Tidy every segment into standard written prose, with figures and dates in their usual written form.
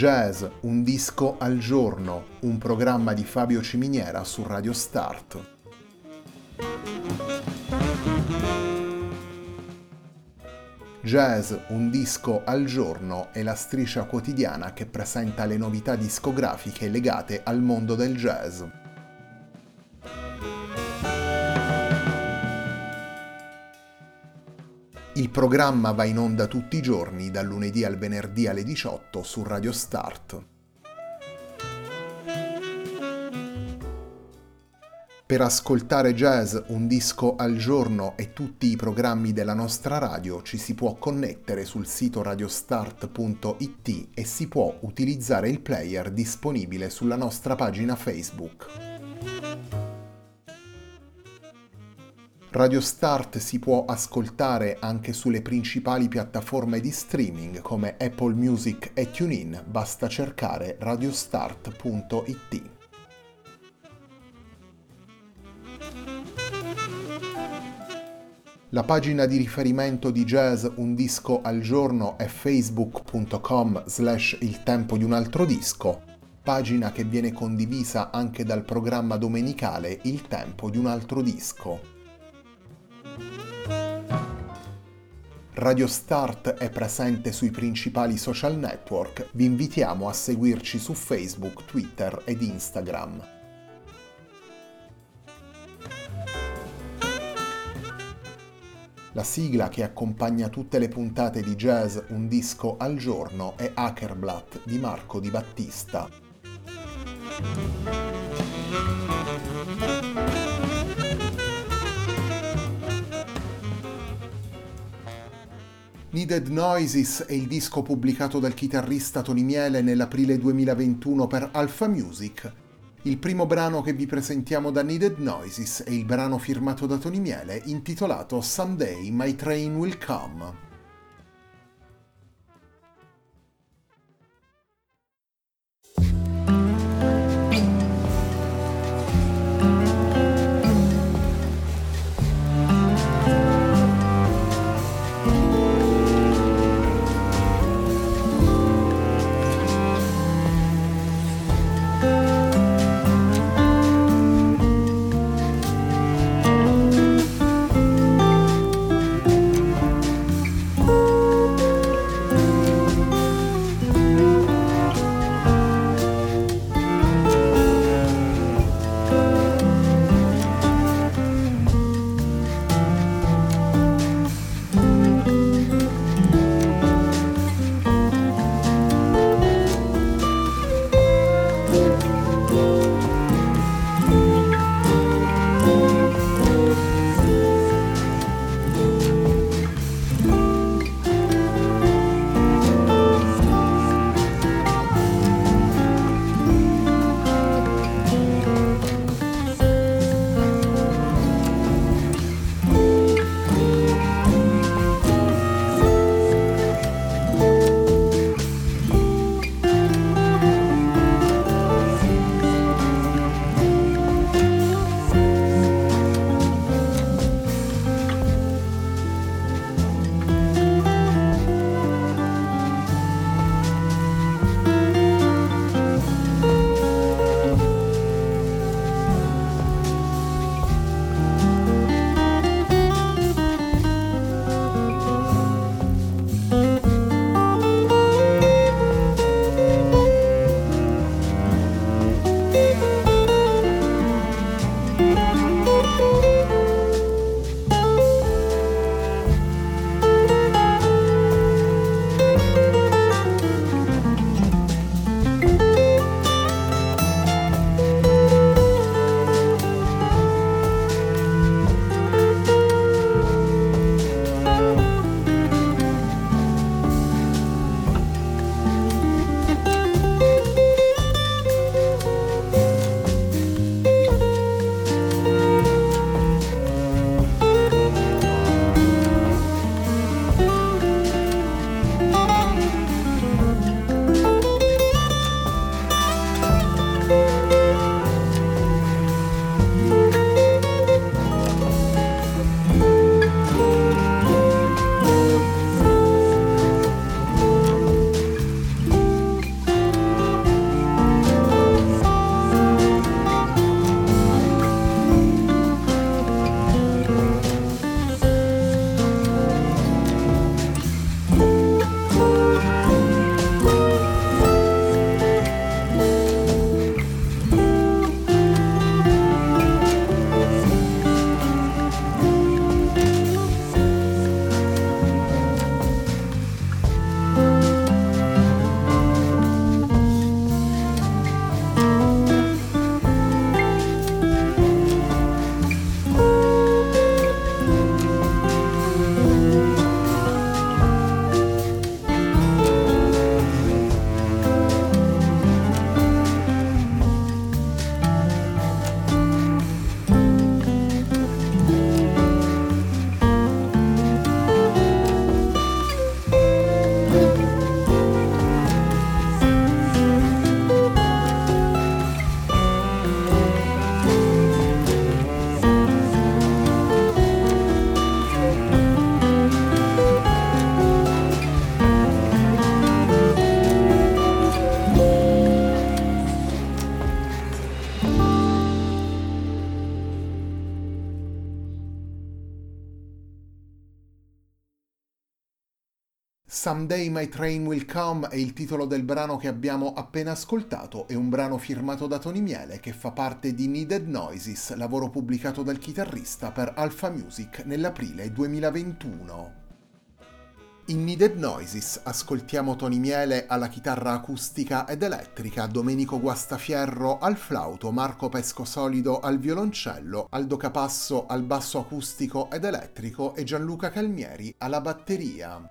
Jazz, un disco al giorno, un programma di Fabio Ciminiera su Radio Start. Jazz, un disco al giorno è la striscia quotidiana che presenta le novità discografiche legate al mondo del jazz. Il programma va in onda tutti i giorni, dal lunedì al venerdì alle 18 su Radio Start. Per ascoltare Jazz, un disco al giorno e tutti i programmi della nostra radio ci si può connettere sul sito radiostart.it e si può utilizzare il player disponibile sulla nostra pagina Facebook. Radio Start si può ascoltare anche sulle principali piattaforme di streaming come Apple Music e TuneIn, basta cercare radiostart.it. La pagina di riferimento di Jazz Un Disco al Giorno è facebook.com/il tempo di un altro disco, pagina che viene condivisa anche dal programma domenicale Il tempo di un altro disco. Radio Start è presente sui principali social network, vi invitiamo a seguirci su Facebook, Twitter ed Instagram. La sigla che accompagna tutte le puntate di Jazz Un Disco al Giorno è Hackerblatt di Marco Di Battista. Needed Noises è il disco pubblicato dal chitarrista Tony Miele nell'aprile 2021 per Alpha Music. Il primo brano che vi presentiamo da Needed Noises è il brano firmato da Tony Miele intitolato Someday My Train Will Come. Someday My Train Will Come è il titolo del brano che abbiamo appena ascoltato, è un brano firmato da Tony Miele che fa parte di Needed Noises, lavoro pubblicato dal chitarrista per Alpha Music nell'aprile 2021. In Needed Noises ascoltiamo Tony Miele alla chitarra acustica ed elettrica, Domenico Guastafierro al flauto, Marco Pescosolido al violoncello, Aldo Capasso al basso acustico ed elettrico e Gianluca Calmieri alla batteria.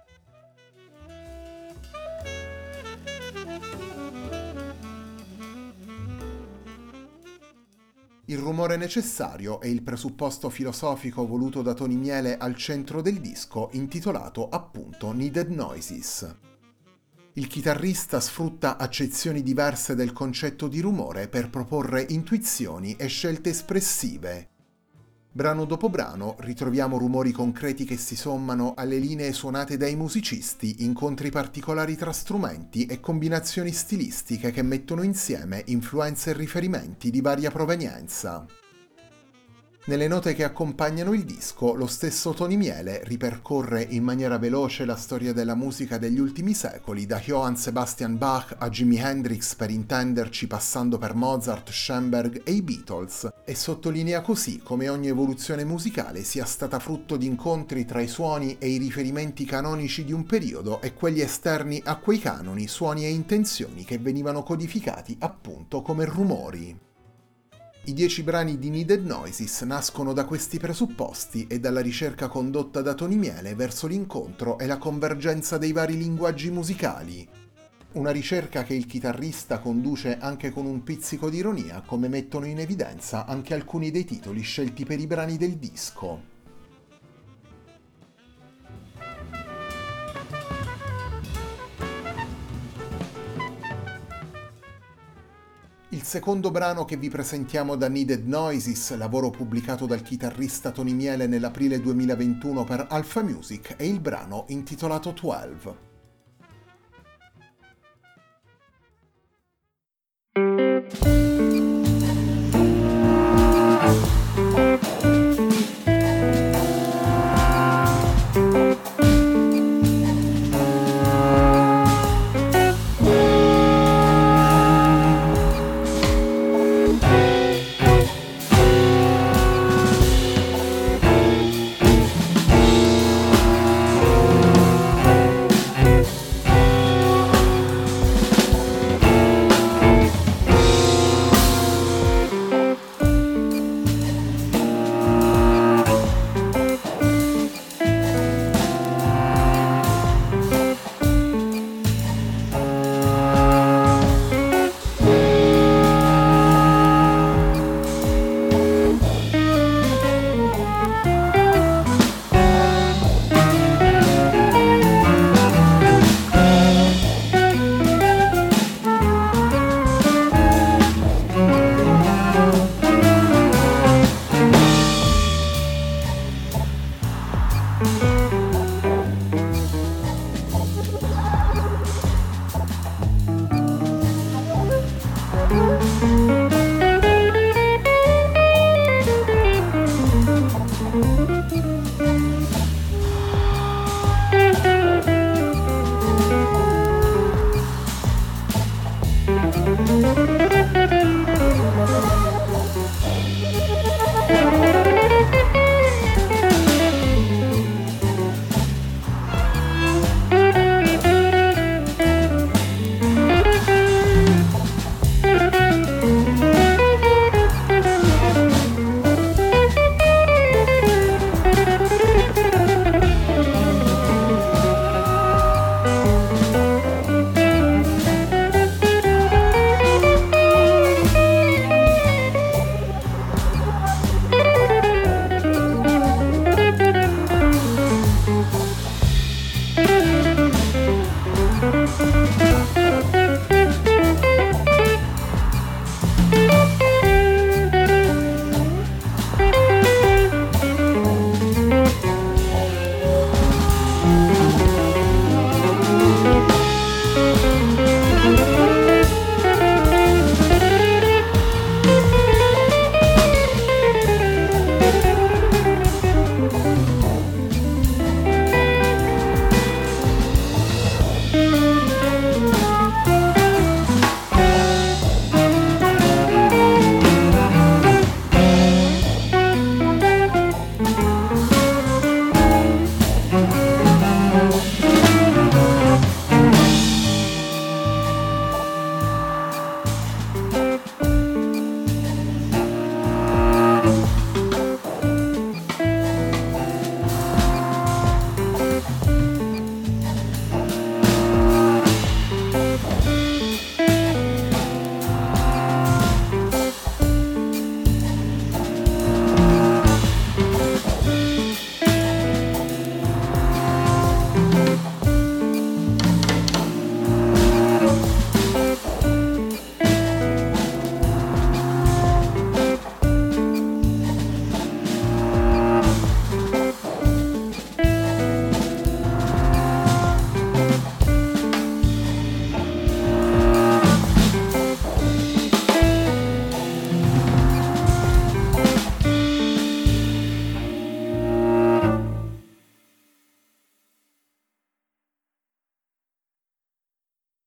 Il rumore necessario è il presupposto filosofico voluto da Tony Miele al centro del disco, intitolato appunto Needed Noises. Il chitarrista sfrutta accezioni diverse del concetto di rumore per proporre intuizioni e scelte espressive. Brano dopo brano ritroviamo rumori concreti che si sommano alle linee suonate dai musicisti, incontri particolari tra strumenti e combinazioni stilistiche che mettono insieme influenze e riferimenti di varia provenienza. Nelle note che accompagnano il disco, lo stesso Tony Miele ripercorre in maniera veloce la storia della musica degli ultimi secoli, da Johann Sebastian Bach a Jimi Hendrix per intenderci, passando per Mozart, Schoenberg e i Beatles, e sottolinea così come ogni evoluzione musicale sia stata frutto di incontri tra i suoni e i riferimenti canonici di un periodo e quelli esterni a quei canoni, suoni e intenzioni che venivano codificati appunto come rumori. I 10 brani di Needed Noises nascono da questi presupposti e dalla ricerca condotta da Tony Miele verso l'incontro e la convergenza dei vari linguaggi musicali. Una ricerca che il chitarrista conduce anche con un pizzico di ironia, come mettono in evidenza anche alcuni dei titoli scelti per i brani del disco. Il secondo brano che vi presentiamo da Needed Noises, lavoro pubblicato dal chitarrista Tony Miele nell'aprile 2021 per Alpha Music, è il brano intitolato 12.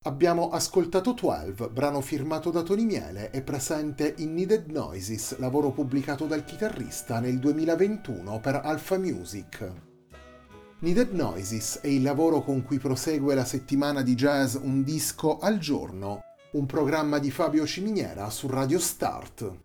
Abbiamo ascoltato 12, brano firmato da Tony Miele e presente in Needed Noises, lavoro pubblicato dal chitarrista nel 2021 per Alpha Music. Needed Noises è il lavoro con cui prosegue la settimana di jazz Un disco al giorno, un programma di Fabio Ciminiera su Radio Start.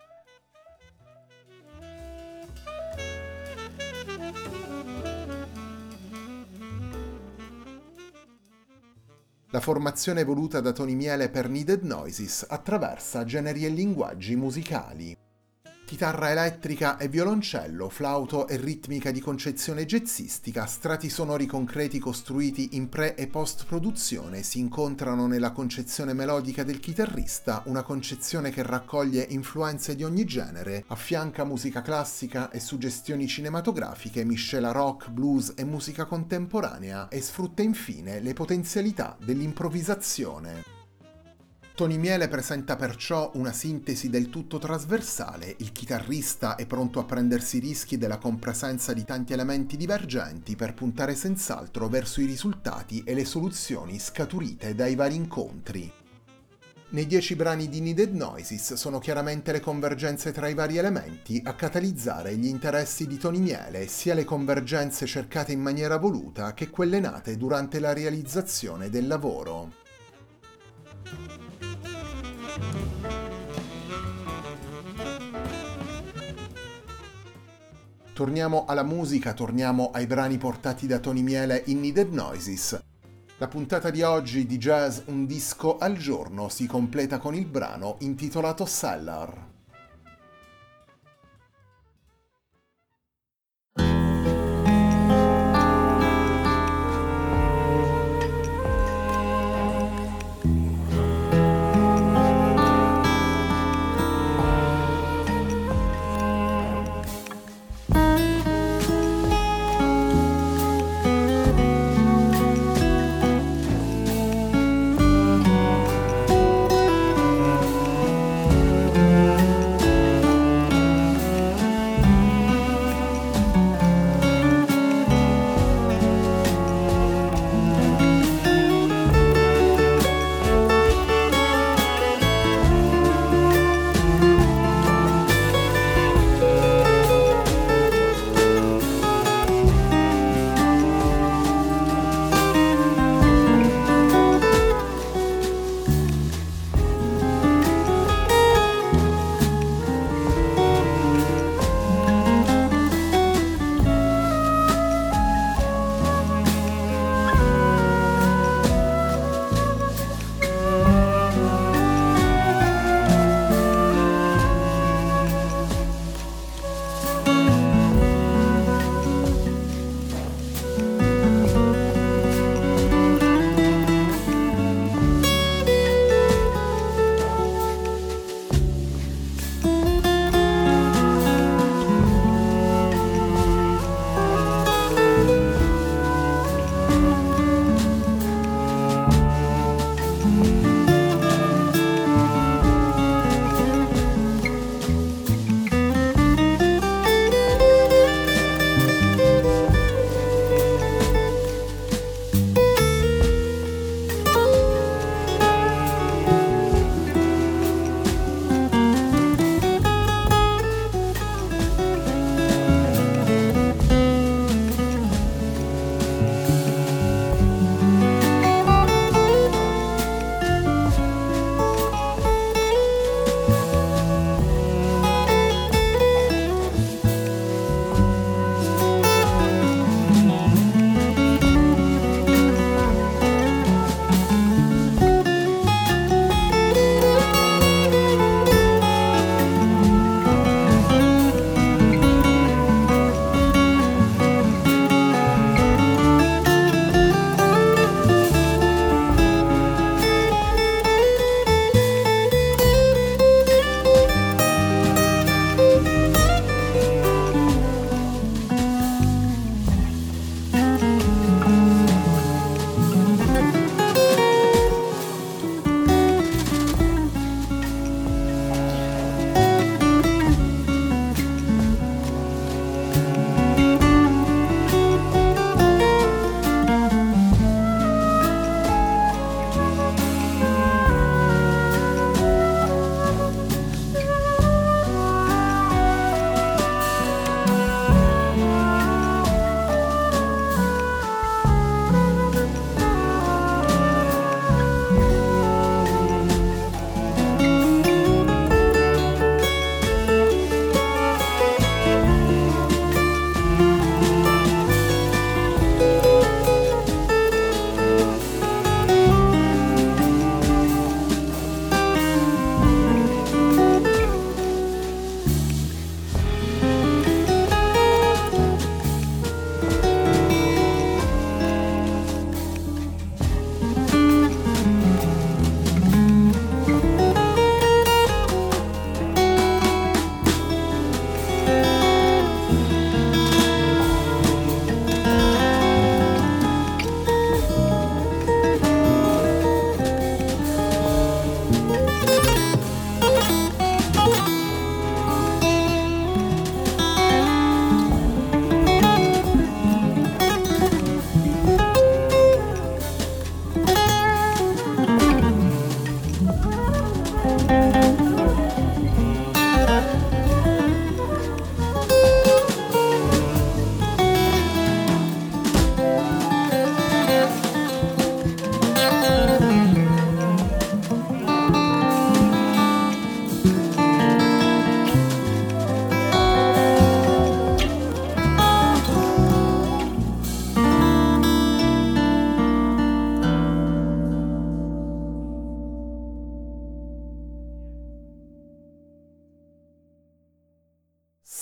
La formazione voluta da Tony Miele per Needed Noises attraversa generi e linguaggi musicali. Chitarra elettrica e violoncello, flauto e ritmica di concezione jazzistica, strati sonori concreti costruiti in pre- e post-produzione si incontrano nella concezione melodica del chitarrista, una concezione che raccoglie influenze di ogni genere, affianca musica classica e suggestioni cinematografiche, miscela rock, blues e musica contemporanea e sfrutta infine le potenzialità dell'improvvisazione. Tony Miele presenta perciò una sintesi del tutto trasversale, il chitarrista è pronto a prendersi i rischi della compresenza di tanti elementi divergenti per puntare senz'altro verso i risultati e le soluzioni scaturite dai vari incontri. Nei 10 brani di Needed Noises sono chiaramente le convergenze tra i vari elementi a catalizzare gli interessi di Tony Miele, sia le convergenze cercate in maniera voluta che quelle nate durante la realizzazione del lavoro. Torniamo alla musica, torniamo ai brani portati da Tony Miele in Needed Noises. La puntata di oggi di Jazz Un disco al giorno si completa con il brano intitolato Cellar.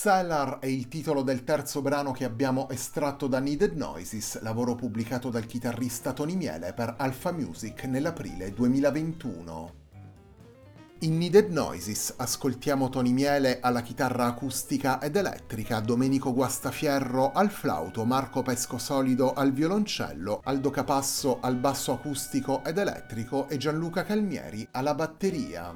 Cellar è il titolo del terzo brano che abbiamo estratto da Needed Noises, lavoro pubblicato dal chitarrista Tony Miele per Alpha Music nell'aprile 2021. In Needed Noises ascoltiamo Tony Miele alla chitarra acustica ed elettrica, Domenico Guastafierro al flauto, Marco Pescosolido al violoncello, Aldo Capasso al basso acustico ed elettrico e Gianluca Calmieri alla batteria.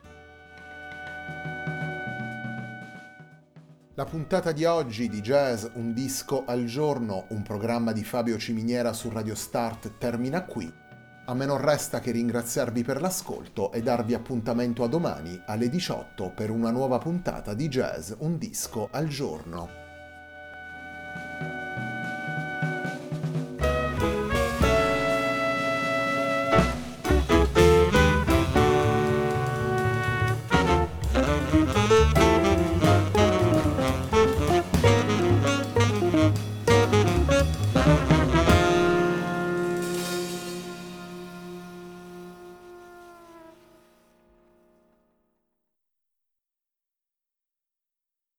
La puntata di oggi di Jazz Un disco al giorno, un programma di Fabio Ciminiera su Radio Start, termina qui. A me non resta che ringraziarvi per l'ascolto e darvi appuntamento a domani alle 18 per una nuova puntata di Jazz Un disco al giorno.